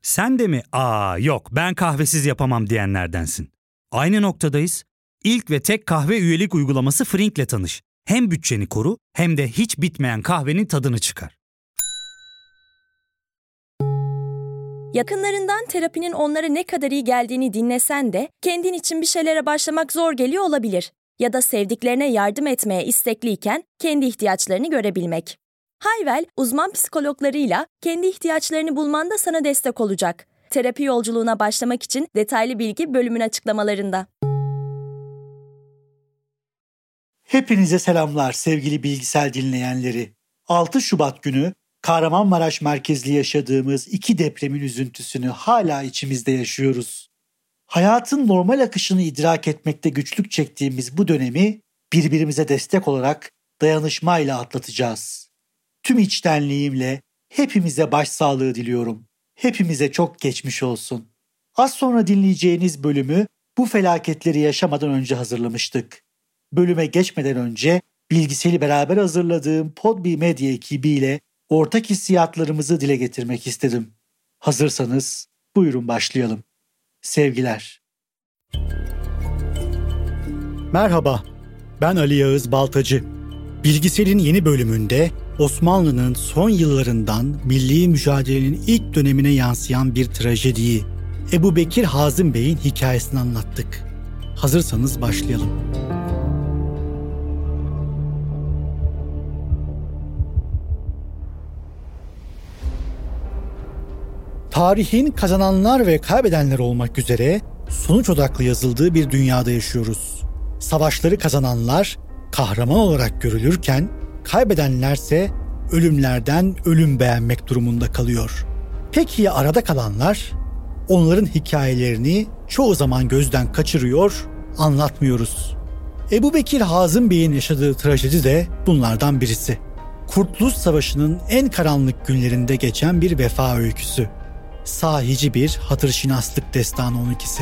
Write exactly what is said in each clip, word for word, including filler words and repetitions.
Sen de mi "Aa yok ben kahvesiz yapamam" diyenlerdensin? Aynı noktadayız. İlk ve tek kahve üyelik uygulaması Frink'le tanış. Hem bütçeni koru hem de hiç bitmeyen kahvenin tadını çıkar. Yakınlarından terapinin onlara ne kadar iyi geldiğini dinlesen de kendin için bir şeylere başlamak zor geliyor olabilir. Ya da sevdiklerine yardım etmeye istekliyken kendi ihtiyaçlarını görebilmek. Hayvel, uzman psikologlarıyla kendi ihtiyaçlarını bulmanda sana destek olacak. Terapi yolculuğuna başlamak için detaylı bilgi bölümün açıklamalarında. Hepinize selamlar sevgili bilgisel dinleyenleri. altı Şubat günü Kahramanmaraş merkezli yaşadığımız iki depremin üzüntüsünü hala içimizde yaşıyoruz. Hayatın normal akışını idrak etmekte güçlük çektiğimiz bu dönemi birbirimize destek olarak dayanışmayla atlatacağız. Tüm içtenliğimle hepimize başsağlığı diliyorum. Hepimize çok geçmiş olsun. Az sonra dinleyeceğiniz bölümü bu felaketleri yaşamadan önce hazırlamıştık. Bölüme geçmeden önce Bilgisel'i beraber hazırladığım Podbi Medya ekibiyle ortak hissiyatlarımızı dile getirmek istedim. Hazırsanız buyurun başlayalım. Sevgiler. Merhaba, ben Ali Yağız Baltacı. Bilgisel'in yeni bölümünde Osmanlı'nın son yıllarından milli mücadelenin ilk dönemine yansıyan bir trajediyi, Ebubekir Hazım Bey'in hikayesini anlattık. Hazırsanız başlayalım. Tarihin kazananlar ve kaybedenler olmak üzere sonuç odaklı yazıldığı bir dünyada yaşıyoruz. Savaşları kazananlar kahraman olarak görülürken kaybedenlerse ölümlerden ölüm beğenmek durumunda kalıyor. Peki ya arada kalanlar? Onların hikayelerini çoğu zaman gözden kaçırıyor, anlatmıyoruz. Ebubekir Hazım Bey'in yaşadığı trajedi de bunlardan birisi. Kurtuluş Savaşı'nın en karanlık günlerinde geçen bir vefa öyküsü. Sahici bir hatırşinaslık destanı on ikisi.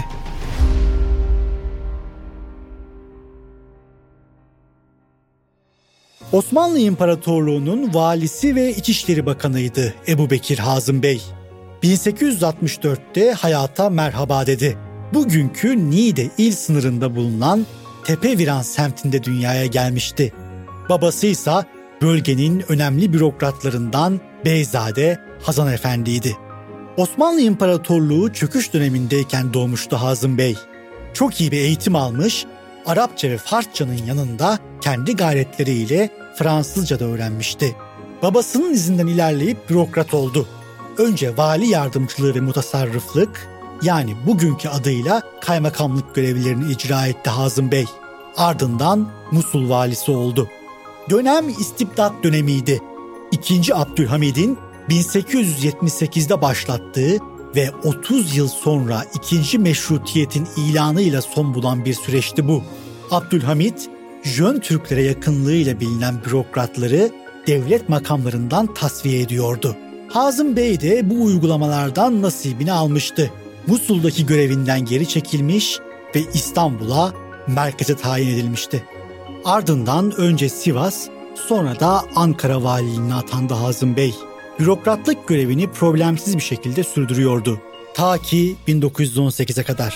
Osmanlı İmparatorluğu'nun valisi ve İçişleri Bakanıydı Ebubekir Hazım Bey. bin sekiz yüz altmış dörtte hayata merhaba dedi. Bugünkü Niğde il sınırında bulunan Tepeviran semtinde dünyaya gelmişti. Babası ise bölgenin önemli bürokratlarından Beyzade Hazan Efendi'ydi. Osmanlı İmparatorluğu çöküş dönemindeyken doğmuştu Hazım Bey. Çok iyi bir eğitim almış, Arapça ve Farsçanın yanında kendi gayretleriyle Fransızca da öğrenmişti. Babasının izinden ilerleyip bürokrat oldu. Önce vali yardımcılığı ve mutasarrıflık, yani bugünkü adıyla kaymakamlık görevlerini icra etti Hazım Bey. Ardından Musul valisi oldu. Dönem istibdat dönemiydi. İkinci Abdülhamid'in bin sekiz yüz yetmiş sekizde başlattığı ve otuz yıl sonra ikinci Meşrutiyet'in ilanıyla son bulan bir süreçti bu. Abdülhamid, Jön Türklere yakınlığıyla bilinen bürokratları devlet makamlarından tasfiye ediyordu. Hazım Bey de bu uygulamalardan nasibini almıştı. Musul'daki görevinden geri çekilmiş ve İstanbul'a merkeze tayin edilmişti. Ardından önce Sivas, sonra da Ankara valiliğine atandı Hazım Bey. Bürokratlık görevini problemsiz bir şekilde sürdürüyordu. Ta ki bin dokuz yüz on sekize kadar.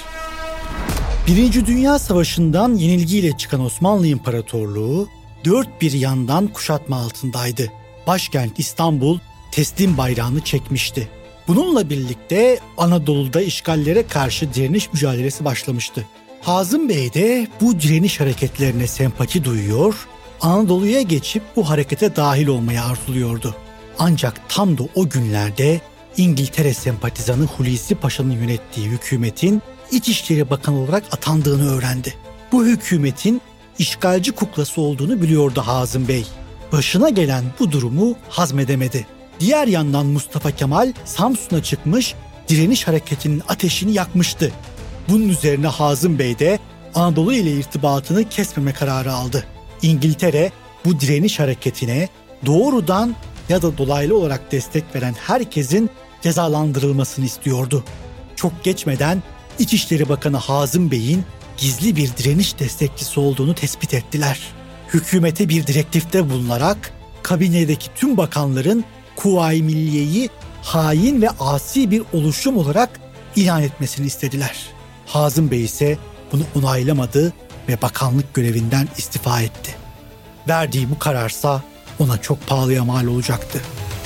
Birinci Dünya Savaşı'ndan yenilgiyle çıkan Osmanlı İmparatorluğu dört bir yandan kuşatma altındaydı. Başkent İstanbul teslim bayrağını çekmişti. Bununla birlikte Anadolu'da işgallere karşı direniş mücadelesi başlamıştı. Hazım Bey de bu direniş hareketlerine sempati duyuyor, Anadolu'ya geçip bu harekete dahil olmayı arzuluyordu. Ancak tam da o günlerde İngiltere sempatizanı Hulusi Paşa'nın yönettiği hükümetin İçişleri Bakanı olarak atandığını öğrendi. Bu hükümetin işgalci kuklası olduğunu biliyordu Hazım Bey. Başına gelen bu durumu hazmedemedi. Diğer yandan Mustafa Kemal Samsun'a çıkmış, direniş hareketinin ateşini yakmıştı. Bunun üzerine Hazım Bey de Anadolu ile irtibatını kesmeme kararı aldı. İngiltere bu direniş hareketine doğrudan ya da dolaylı olarak destek veren herkesin cezalandırılmasını istiyordu. Çok geçmeden İçişleri Bakanı Hazım Bey'in gizli bir direniş destekçisi olduğunu tespit ettiler. Hükümete bir direktifte bulunarak kabinedeki tüm bakanların Kuvayi Milliye'yi hain ve asi bir oluşum olarak ilan etmesini istediler. Hazım Bey ise bunu onaylamadı ve bakanlık görevinden istifa etti. Verdiği bu kararsa ona çok pahalıya mal olacaktı.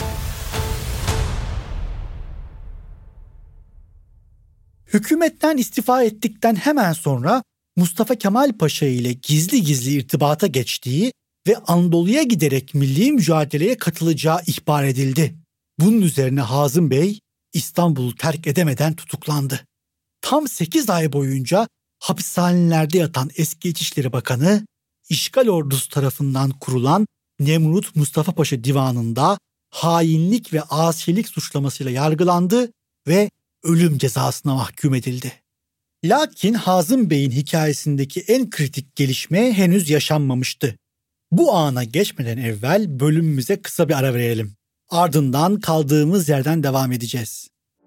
Hükümetten istifa ettikten hemen sonra Mustafa Kemal Paşa ile gizli gizli irtibata geçtiği ve Anadolu'ya giderek milli mücadeleye katılacağı ihbar edildi. Bunun üzerine Hazım Bey İstanbul'u terk edemeden tutuklandı. Tam sekiz ay boyunca hapishanelerde yatan eski İçişleri Bakanı, işgal ordusu tarafından kurulan Nemrut Mustafa Paşa Divanı'nda hainlik ve asilik suçlamasıyla yargılandı ve ölüm cezasına mahkum edildi. Lakin Hazım Bey'in hikayesindeki en kritik gelişme henüz yaşanmamıştı. Bu ana geçmeden evvel bölümümüze kısa bir ara verelim. Ardından kaldığımız yerden devam edeceğiz.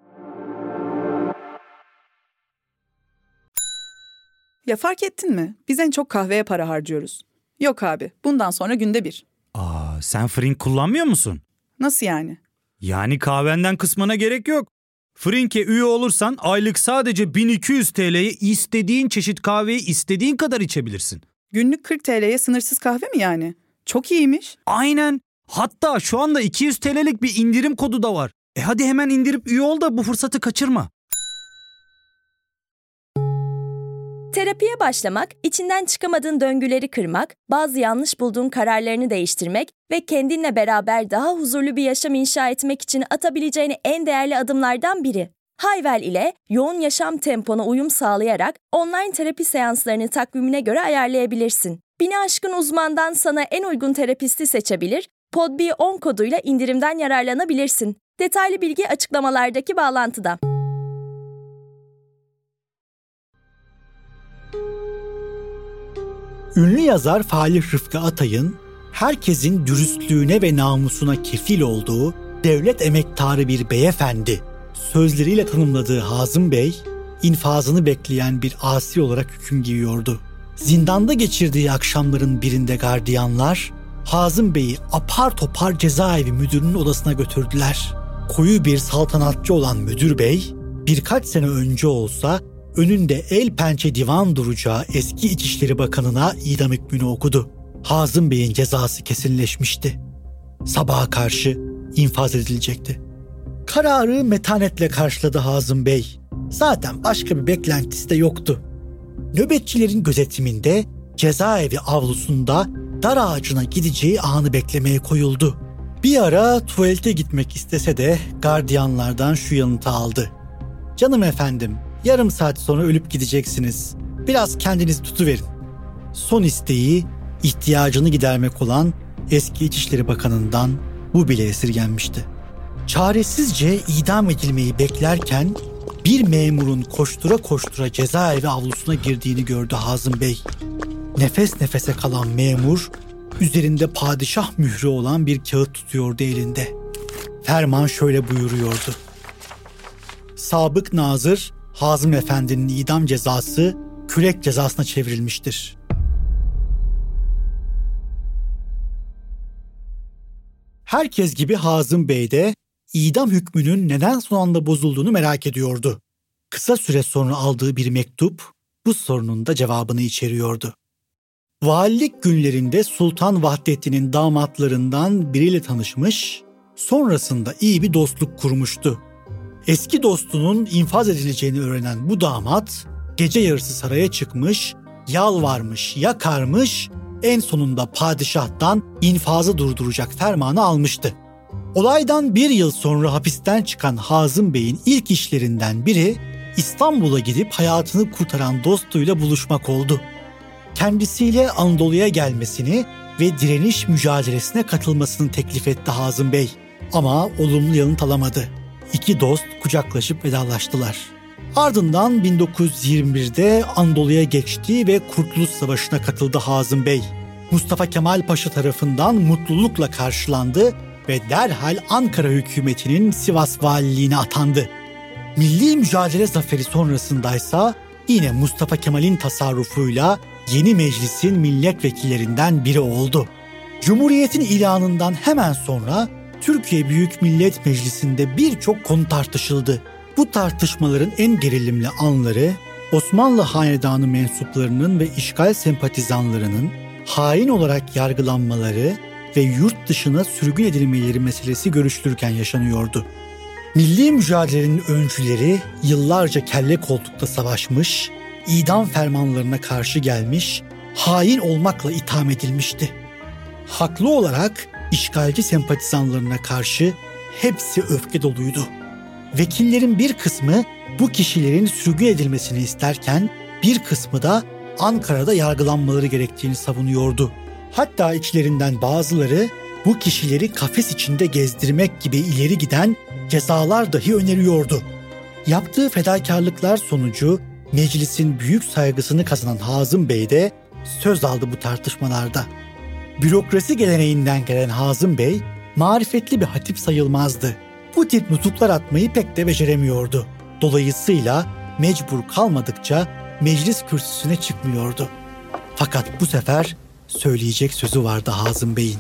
Ya fark ettin mi? Biz en çok kahveye para harcıyoruz. Yok abi, bundan sonra günde bir. Aa, sen Frink kullanmıyor musun? Nasıl yani? Yani kahvenden kısmına gerek yok. Frink'e üye olursan aylık sadece bin iki yüz T L'ye istediğin çeşit kahveyi istediğin kadar içebilirsin. Günlük kırk T L'ye sınırsız kahve mi yani? Çok iyiymiş. Aynen. Hatta şu anda iki yüz T L'lik bir indirim kodu da var. E hadi hemen indirip üye ol da bu fırsatı kaçırma. Terapiye başlamak, içinden çıkamadığın döngüleri kırmak, bazı yanlış bulduğun kararlarını değiştirmek ve kendinle beraber daha huzurlu bir yaşam inşa etmek için atabileceğin en değerli adımlardan biri. Hayvel ile yoğun yaşam tempona uyum sağlayarak online terapi seanslarını takvimine göre ayarlayabilirsin. Bini aşkın uzmandan sana en uygun terapisti seçebilir, Podb on koduyla indirimden yararlanabilirsin. Detaylı bilgi açıklamalardaki bağlantıda. Ünlü yazar Falih Rıfkı Atay'ın herkesin dürüstlüğüne ve namusuna kefil olduğu devlet emektarı bir beyefendi sözleriyle tanımladığı Hazım Bey, infazını bekleyen bir asi olarak hüküm giyiyordu. Zindanda geçirdiği akşamların birinde gardiyanlar, Hazım Bey'i apar topar cezaevi müdürünün odasına götürdüler. Koyu bir saltanatçı olan müdür bey, birkaç sene önce olsa önünde el pençe divan duracağı eski İçişleri Bakanı'na idam hükmünü okudu. Hazım Bey'in cezası kesinleşmişti. Sabaha karşı infaz edilecekti. Kararı metanetle karşıladı Hazım Bey. Zaten başka bir beklentisi de yoktu. Nöbetçilerin gözetiminde cezaevi avlusunda dar ağacına gideceği anı beklemeye koyuldu. Bir ara tuvalete gitmek istese de gardiyanlardan şu yanıtı aldı. "Canım efendim, yarım saat sonra ölüp gideceksiniz. Biraz kendinizi tutuverin." Son isteği ihtiyacını gidermek olan eski İçişleri Bakanı'ndan bu bile esirgenmişti. Çaresizce idam edilmeyi beklerken bir memurun koştura koştura cezaevi avlusuna girdiğini gördü Hazım Bey. Nefes nefese kalan memur üzerinde padişah mührü olan bir kağıt tutuyordu elinde. Ferman şöyle buyuruyordu: "Sabık Nazır Hazım Efendi'nin idam cezası kürek cezasına çevrilmiştir." Herkes gibi Hazım Bey de idam hükmünün neden son anda bozulduğunu merak ediyordu. Kısa süre sonra aldığı bir mektup bu sorunun da cevabını içeriyordu. Valilik günlerinde Sultan Vahdettin'in damatlarından biriyle tanışmış, sonrasında iyi bir dostluk kurmuştu. Eski dostunun infaz edileceğini öğrenen bu damat gece yarısı saraya çıkmış, yalvarmış, yakarmış, en sonunda padişahtan infazı durduracak fermanı almıştı. Olaydan bir yıl sonra hapisten çıkan Hazım Bey'in ilk işlerinden biri İstanbul'a gidip hayatını kurtaran dostuyla buluşmak oldu. Kendisiyle Anadolu'ya gelmesini ve direniş mücadelesine katılmasını teklif etti Hazım Bey. Ama olumlu yanıt alamadı. İki dost kucaklaşıp vedalaştılar. Ardından bin dokuz yüz yirmi birde Anadolu'ya geçti ve Kurtuluş Savaşı'na katıldı Hazım Bey. Mustafa Kemal Paşa tarafından mutlulukla karşılandı ve derhal Ankara hükümetinin Sivas valiliğine atandı. Milli mücadele zaferi sonrasındaysa yine Mustafa Kemal'in tasarrufuyla yeni meclisin milletvekillerinden biri oldu. Cumhuriyetin ilanından hemen sonra Türkiye Büyük Millet Meclisi'nde birçok konu tartışıldı. Bu tartışmaların en gerilimli anları Osmanlı Hanedanı mensuplarının ve işgal sempatizanlarının hain olarak yargılanmaları ve yurt dışına sürgün edilmeleri meselesi görüşülürken yaşanıyordu. Milli mücadelenin öncüleri yıllarca kelle koltukta savaşmış, idam fermanlarına karşı gelmiş, hain olmakla itham edilmişti. Haklı olarak işgalci sempatizanlarına karşı hepsi öfke doluydu. Vekillerin bir kısmı bu kişilerin sürgün edilmesini isterken bir kısmı da Ankara'da yargılanmaları gerektiğini savunuyordu. Hatta içlerinden bazıları bu kişileri kafes içinde gezdirmek gibi ileri giden cezalar dahi öneriyordu. Yaptığı fedakarlıklar sonucu meclisin büyük saygısını kazanan Hazım Bey de söz aldı bu tartışmalarda. Bürokrasi geleneğinden gelen Hazım Bey, marifetli bir hatip sayılmazdı. Bu tip nutuklar atmayı pek de beceremiyordu. Dolayısıyla mecbur kalmadıkça meclis kürsüsüne çıkmıyordu. Fakat bu sefer söyleyecek sözü vardı Hazım Bey'in.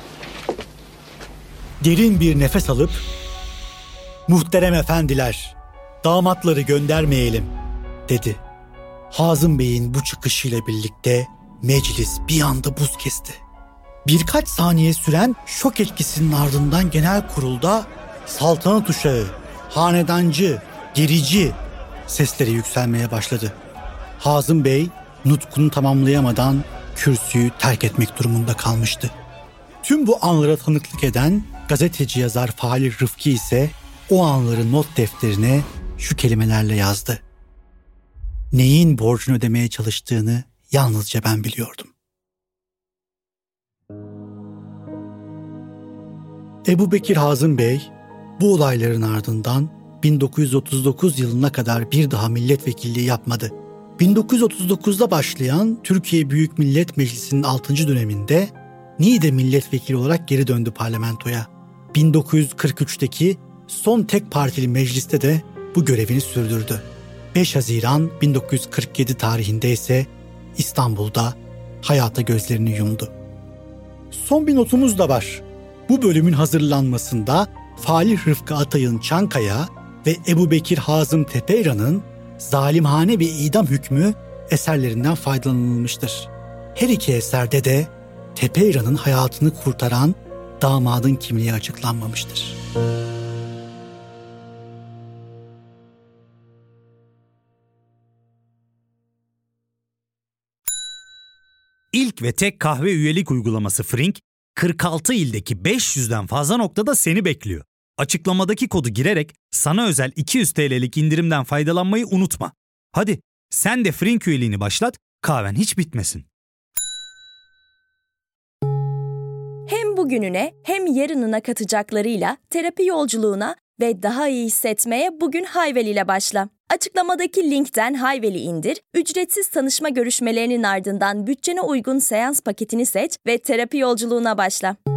Derin bir nefes alıp, "Muhterem efendiler, damatları göndermeyelim," dedi. Hazım Bey'in bu çıkışıyla birlikte meclis bir anda buz kesti. Birkaç saniye süren şok etkisinin ardından genel kurulda saltanat uşağı, hanedancı, gerici sesleri yükselmeye başladı. Hazım Bey nutkunu tamamlayamadan kürsüyü terk etmek durumunda kalmıştı. Tüm bu anlara tanıklık eden gazeteci yazar Falih Rıfkı ise o anları not defterine şu kelimelerle yazdı: "Neyin borcunu ödemeye çalıştığını yalnızca ben biliyordum." Ebubekir Hazım Bey bu olayların ardından bin dokuz yüz otuz dokuz yılına kadar bir daha milletvekilliği yapmadı. bin dokuz yüz otuz dokuzda başlayan Türkiye Büyük Millet Meclisi'nin altıncı döneminde Niğde milletvekili olarak geri döndü parlamentoya. bin dokuz yüz kırk üçteki son tek partili mecliste de bu görevini sürdürdü. beş Haziran bin dokuz yüz kırk yedi tarihinde ise İstanbul'da hayata gözlerini yumdu. Son bir notumuz da var. Bu bölümün hazırlanmasında Falih Rıfkı Atay'ın Çankaya ve Ebubekir Hazım Tepeyran'ın zalimhane bir idam hükmü eserlerinden faydalanılmıştır. Her iki eserde de Tepeyran'ın hayatını kurtaran damadın kimliği açıklanmamıştır. İlk ve tek kahve üyelik uygulaması Frink, kırk altı ildeki beş yüzden fazla noktada seni bekliyor. Açıklamadaki kodu girerek sana özel iki yüz TL'lik indirimden faydalanmayı unutma. Hadi sen de Frink üyeliğini başlat, kahven hiç bitmesin. Hem bugününe hem yarınına katacaklarıyla terapi yolculuğuna ve daha iyi hissetmeye bugün Hayvel ile başla. Açıklamadaki linkten Hayvel'i indir, ücretsiz tanışma görüşmelerinin ardından bütçene uygun seans paketini seç ve terapi yolculuğuna başla.